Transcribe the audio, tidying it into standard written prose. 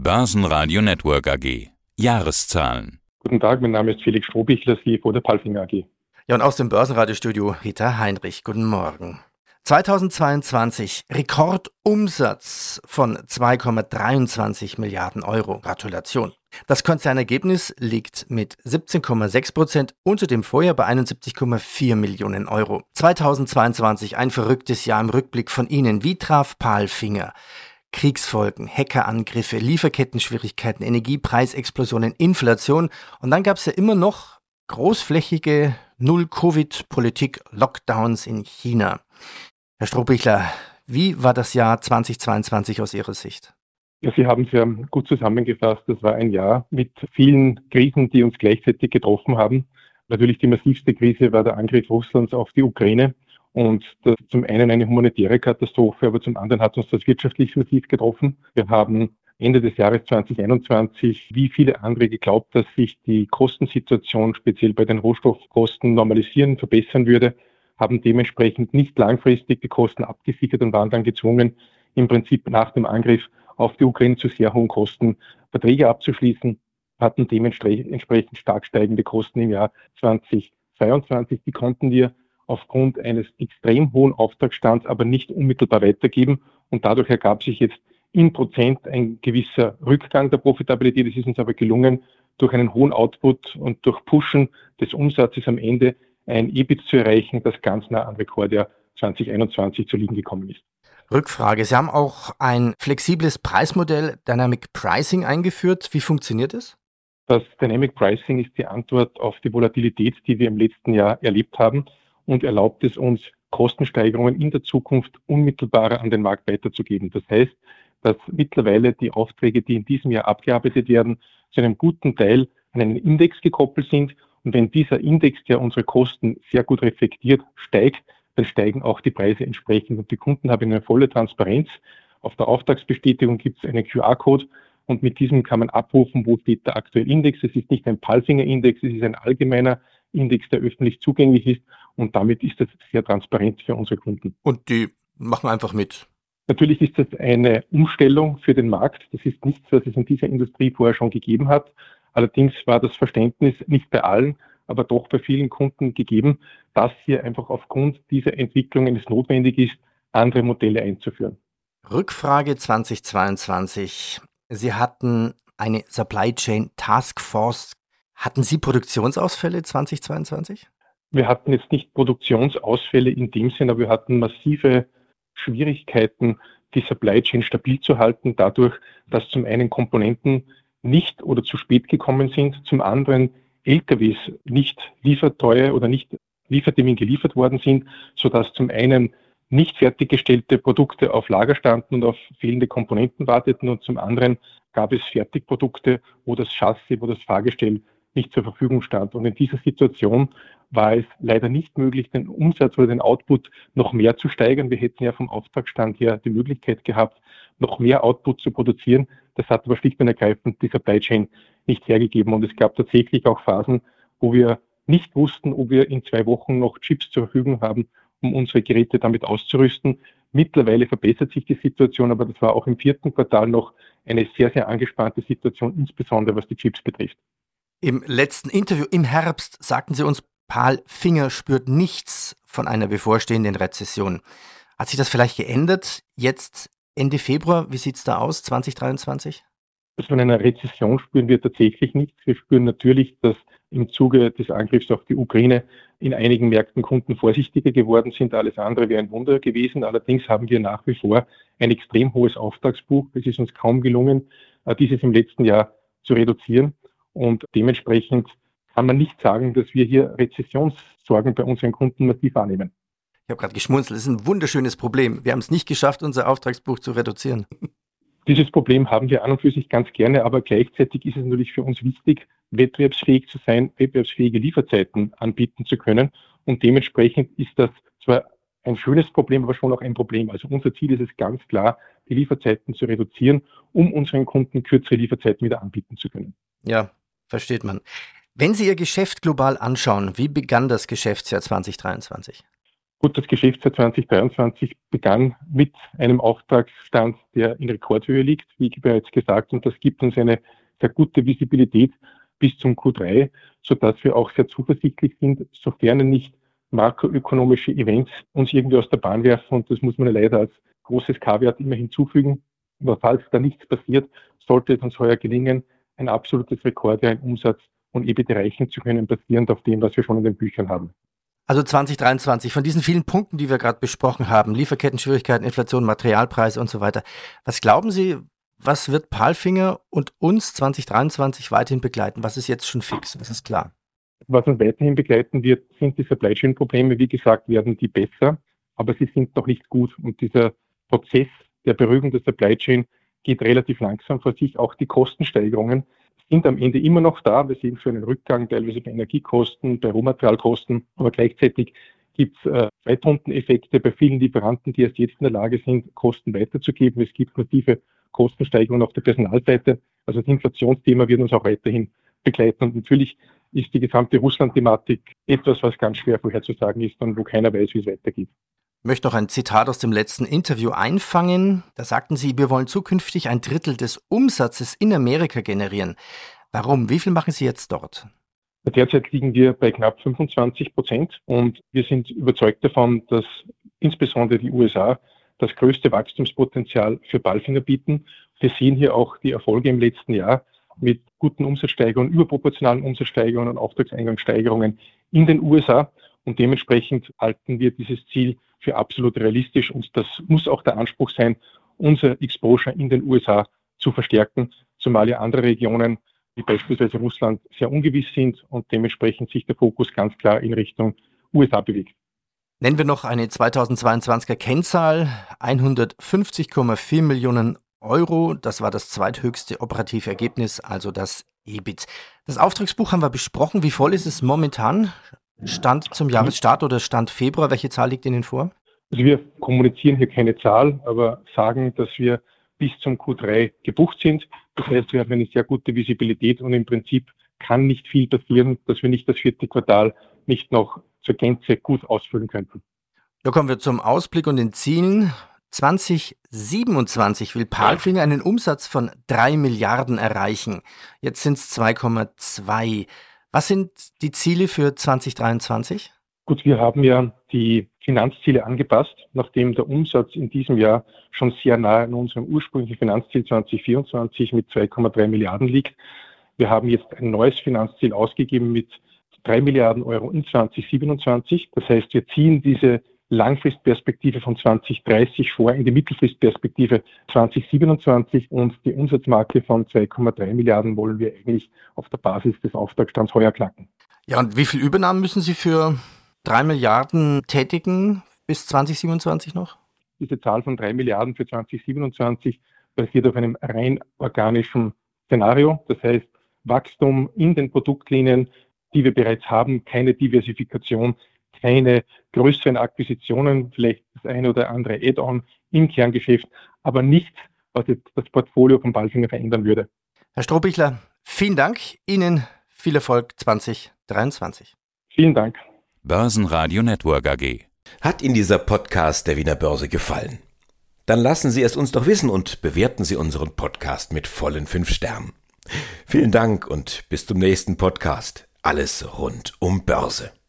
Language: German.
Börsenradio Network AG. Jahreszahlen. Guten Tag, mein Name ist Felix Strohbichler, CFO der PALFINGER AG. Ja, und aus dem Börsenradiostudio Peter Heinrich. Guten Morgen. 2022 Rekordumsatz von 2,23 Milliarden Euro. Gratulation. Das Konzernergebnis liegt mit 17,6% unter dem Vorjahr bei 71,4 Millionen Euro. 2022 ein verrücktes Jahr im Rückblick von Ihnen. Wie traf PALFINGER? Kriegsfolgen, Hackerangriffe, Lieferkettenschwierigkeiten, Energiepreisexplosionen, Inflation. Und dann gab es ja immer noch großflächige Null-Covid-Politik, Lockdowns in China. Herr Strohbichler, wie war das Jahr 2022 aus Ihrer Sicht? Ja, Sie haben es ja gut zusammengefasst. Das war ein Jahr mit vielen Krisen, die uns gleichzeitig getroffen haben. Natürlich die massivste Krise war der Angriff Russlands auf die Ukraine. Und das ist zum einen eine humanitäre Katastrophe, aber zum anderen hat uns das wirtschaftlich massiv getroffen. Wir haben Ende des Jahres 2021, wie viele andere, geglaubt, dass sich die Kostensituation speziell bei den Rohstoffkosten normalisieren, verbessern würde, haben dementsprechend nicht langfristig die Kosten abgesichert und waren dann gezwungen, im Prinzip nach dem Angriff auf die Ukraine zu sehr hohen Kosten Verträge abzuschließen, hatten dementsprechend stark steigende Kosten im Jahr 2022. Die konnten wir aufgrund eines extrem hohen Auftragsstands aber nicht unmittelbar weitergeben. Und dadurch ergab sich jetzt in Prozent ein gewisser Rückgang der Profitabilität. Es ist uns aber gelungen, durch einen hohen Output und durch Pushen des Umsatzes am Ende ein EBIT zu erreichen, das ganz nah am Rekordjahr 2021 zu liegen gekommen ist. Rückfrage. Sie haben auch ein flexibles Preismodell Dynamic Pricing eingeführt. Wie funktioniert es? Das Dynamic Pricing ist die Antwort auf die Volatilität, die wir im letzten Jahr erlebt haben, und erlaubt es uns, Kostensteigerungen in der Zukunft unmittelbarer an den Markt weiterzugeben. Das heißt, dass mittlerweile die Aufträge, die in diesem Jahr abgearbeitet werden, zu einem guten Teil an einen Index gekoppelt sind. Und wenn dieser Index, der unsere Kosten sehr gut reflektiert, steigt, dann steigen auch die Preise entsprechend. Und die Kunden haben eine volle Transparenz. Auf der Auftragsbestätigung gibt es einen QR-Code. Und mit diesem kann man abrufen, wo steht der aktuelle Index. Es ist nicht ein PALFINGER-Index, es ist ein allgemeiner Index, der öffentlich zugänglich ist. Und damit ist das sehr transparent für unsere Kunden. Und die machen einfach mit. Natürlich ist das eine Umstellung für den Markt. Das ist nichts, was es in dieser Industrie vorher schon gegeben hat. Allerdings war das Verständnis nicht bei allen, aber doch bei vielen Kunden gegeben, dass hier einfach aufgrund dieser Entwicklungen es notwendig ist, andere Modelle einzuführen. Rückfrage 2022. Sie hatten eine Supply Chain Task Force. Hatten Sie Produktionsausfälle 2022? Wir hatten jetzt nicht Produktionsausfälle in dem Sinn, aber wir hatten massive Schwierigkeiten, die Supply Chain stabil zu halten, dadurch, dass zum einen Komponenten nicht oder zu spät gekommen sind, zum anderen LKWs nicht lieferteuer oder nicht Liefertermin geliefert worden sind, sodass zum einen nicht fertiggestellte Produkte auf Lager standen und auf fehlende Komponenten warteten, und zum anderen gab es Fertigprodukte, wo das Chassis, wo das Fahrgestell nicht zur Verfügung stand. Und in dieser Situation war es leider nicht möglich, den Umsatz oder den Output noch mehr zu steigern. Wir hätten ja vom Auftragsstand her die Möglichkeit gehabt, noch mehr Output zu produzieren. Das hat aber schlicht und ergreifend die Supply Chain nicht hergegeben. Und es gab tatsächlich auch Phasen, wo wir nicht wussten, ob wir in 2 Wochen noch Chips zur Verfügung haben, um unsere Geräte damit auszurüsten. Mittlerweile verbessert sich die Situation, aber das war auch im 4. Quartal noch eine sehr, sehr angespannte Situation, insbesondere was die Chips betrifft. Im letzten Interview im Herbst sagten Sie uns, PALFINGER spürt nichts von einer bevorstehenden Rezession. Hat sich das vielleicht geändert? Jetzt Ende Februar, wie sieht es da aus, 2023? Also von einer Rezession spüren wir tatsächlich nichts. Wir spüren natürlich, dass im Zuge des Angriffs auf die Ukraine in einigen Märkten Kunden vorsichtiger geworden sind. Alles andere wäre ein Wunder gewesen. Allerdings haben wir nach wie vor ein extrem hohes Auftragsbuch. Es ist uns kaum gelungen, dieses im letzten Jahr zu reduzieren. Und dementsprechend kann man nicht sagen, dass wir hier Rezessionssorgen bei unseren Kunden massiv wahrnehmen. Ich habe gerade geschmunzelt, das ist ein wunderschönes Problem. Wir haben es nicht geschafft, unser Auftragsbuch zu reduzieren. Dieses Problem haben wir an und für sich ganz gerne, aber gleichzeitig ist es natürlich für uns wichtig, wettbewerbsfähig zu sein, wettbewerbsfähige Lieferzeiten anbieten zu können. Und dementsprechend ist das zwar ein schönes Problem, aber schon auch ein Problem. Also unser Ziel ist es ganz klar, die Lieferzeiten zu reduzieren, um unseren Kunden kürzere Lieferzeiten wieder anbieten zu können. Ja, versteht man. Wenn Sie Ihr Geschäft global anschauen, wie begann das Geschäftsjahr 2023? Gut, das Geschäftsjahr 2023 begann mit einem Auftragsstand, der in Rekordhöhe liegt, wie bereits gesagt, und das gibt uns eine sehr gute Visibilität bis zum Q3, sodass wir auch sehr zuversichtlich sind, sofern nicht makroökonomische Events uns irgendwie aus der Bahn werfen, und das muss man leider als großes K-Wert immer hinzufügen. Aber falls da nichts passiert, sollte es uns heuer gelingen, ein absolutes Rekordjahr in Umsatz und EBIT erreichen zu können, basierend auf dem, was wir schon in den Büchern haben. Also 2023, von diesen vielen Punkten, die wir gerade besprochen haben, Lieferketten-Schwierigkeiten, Inflation, Materialpreise und so weiter, was glauben Sie, was wird Palfinger und uns 2023 weiterhin begleiten? Was ist jetzt schon fix? Was ist klar? Was uns weiterhin begleiten wird, sind die Supply Chain Probleme. Wie gesagt, werden die besser, aber sie sind noch nicht gut. Und dieser Prozess der Beruhigung der Supply Chain geht relativ langsam vor sich. Auch die Kostensteigerungen sind am Ende immer noch da. Wir sehen schon einen Rückgang, teilweise bei Energiekosten, bei Rohmaterialkosten, aber gleichzeitig gibt es Zweitrundeneffekte bei vielen Lieferanten, die erst jetzt in der Lage sind, Kosten weiterzugeben. Es gibt massive Kostensteigerungen auf der Personalseite. Also das Inflationsthema wird uns auch weiterhin begleiten. Und natürlich ist die gesamte Russland-Thematik etwas, was ganz schwer vorherzusagen ist und wo keiner weiß, wie es weitergeht. Ich möchte noch ein Zitat aus dem letzten Interview einfangen. Da sagten Sie, wir wollen zukünftig 1/3 des Umsatzes in Amerika generieren. Warum? Wie viel machen Sie jetzt dort? Derzeit liegen wir bei knapp 25% und wir sind überzeugt davon, dass insbesondere die USA das größte Wachstumspotenzial für Palfinger bieten. Wir sehen hier auch die Erfolge im letzten Jahr mit guten Umsatzsteigerungen, überproportionalen Umsatzsteigerungen und Auftragseingangssteigerungen in den USA. Und dementsprechend halten wir dieses Ziel für absolut realistisch. Und das muss auch der Anspruch sein, unser Exposure in den USA zu verstärken, zumal ja andere Regionen, wie beispielsweise Russland, sehr ungewiss sind und dementsprechend sich der Fokus ganz klar in Richtung USA bewegt. Nennen wir noch eine 2022er Kennzahl, 150,4 Millionen Euro. Das war das zweithöchste operative Ergebnis, also das EBIT. Das Auftragsbuch haben wir besprochen. Wie voll ist es momentan? Stand zum Jahresstart oder Stand Februar? Welche Zahl liegt Ihnen vor? Also wir kommunizieren hier keine Zahl, aber sagen, dass wir bis zum Q3 gebucht sind. Das heißt, wir haben eine sehr gute Visibilität und im Prinzip kann nicht viel passieren, dass wir nicht das 4. Quartal nicht noch zur Gänze gut ausfüllen könnten. Da kommen wir zum Ausblick und den Zielen. 2027 will Palfinger einen Umsatz von 3 Milliarden erreichen. Jetzt sind es 2,2. Was sind die Ziele für 2023? Gut, wir haben ja die Finanzziele angepasst, nachdem der Umsatz in diesem Jahr schon sehr nahe an unserem ursprünglichen Finanzziel 2024 mit 2,3 Milliarden liegt. Wir haben jetzt ein neues Finanzziel ausgegeben mit 3 Milliarden Euro in 2027. Das heißt, wir ziehen diese Langfristperspektive von 2030 vor in die Mittelfristperspektive 2027 und die Umsatzmarke von 2,3 Milliarden wollen wir eigentlich auf der Basis des Auftragsstands heuer knacken. Ja, und wie viel Übernahmen müssen Sie für 3 Milliarden tätigen bis 2027 noch? Diese Zahl von 3 Milliarden für 2027 basiert auf einem rein organischen Szenario. Das heißt, Wachstum in den Produktlinien, die wir bereits haben, keine Diversifikation, keine größeren Akquisitionen, vielleicht das eine oder andere Add-on im Kerngeschäft, aber nichts, was jetzt das Portfolio von Palfinger verändern würde. Herr Strohbichler, vielen Dank. Ihnen viel Erfolg 2023. Vielen Dank. Börsenradio Network AG. Hat Ihnen dieser Podcast der Wiener Börse gefallen? Dann lassen Sie es uns doch wissen und bewerten Sie unseren Podcast mit vollen 5 Sternen. Vielen Dank und bis zum nächsten Podcast. Alles rund um Börse.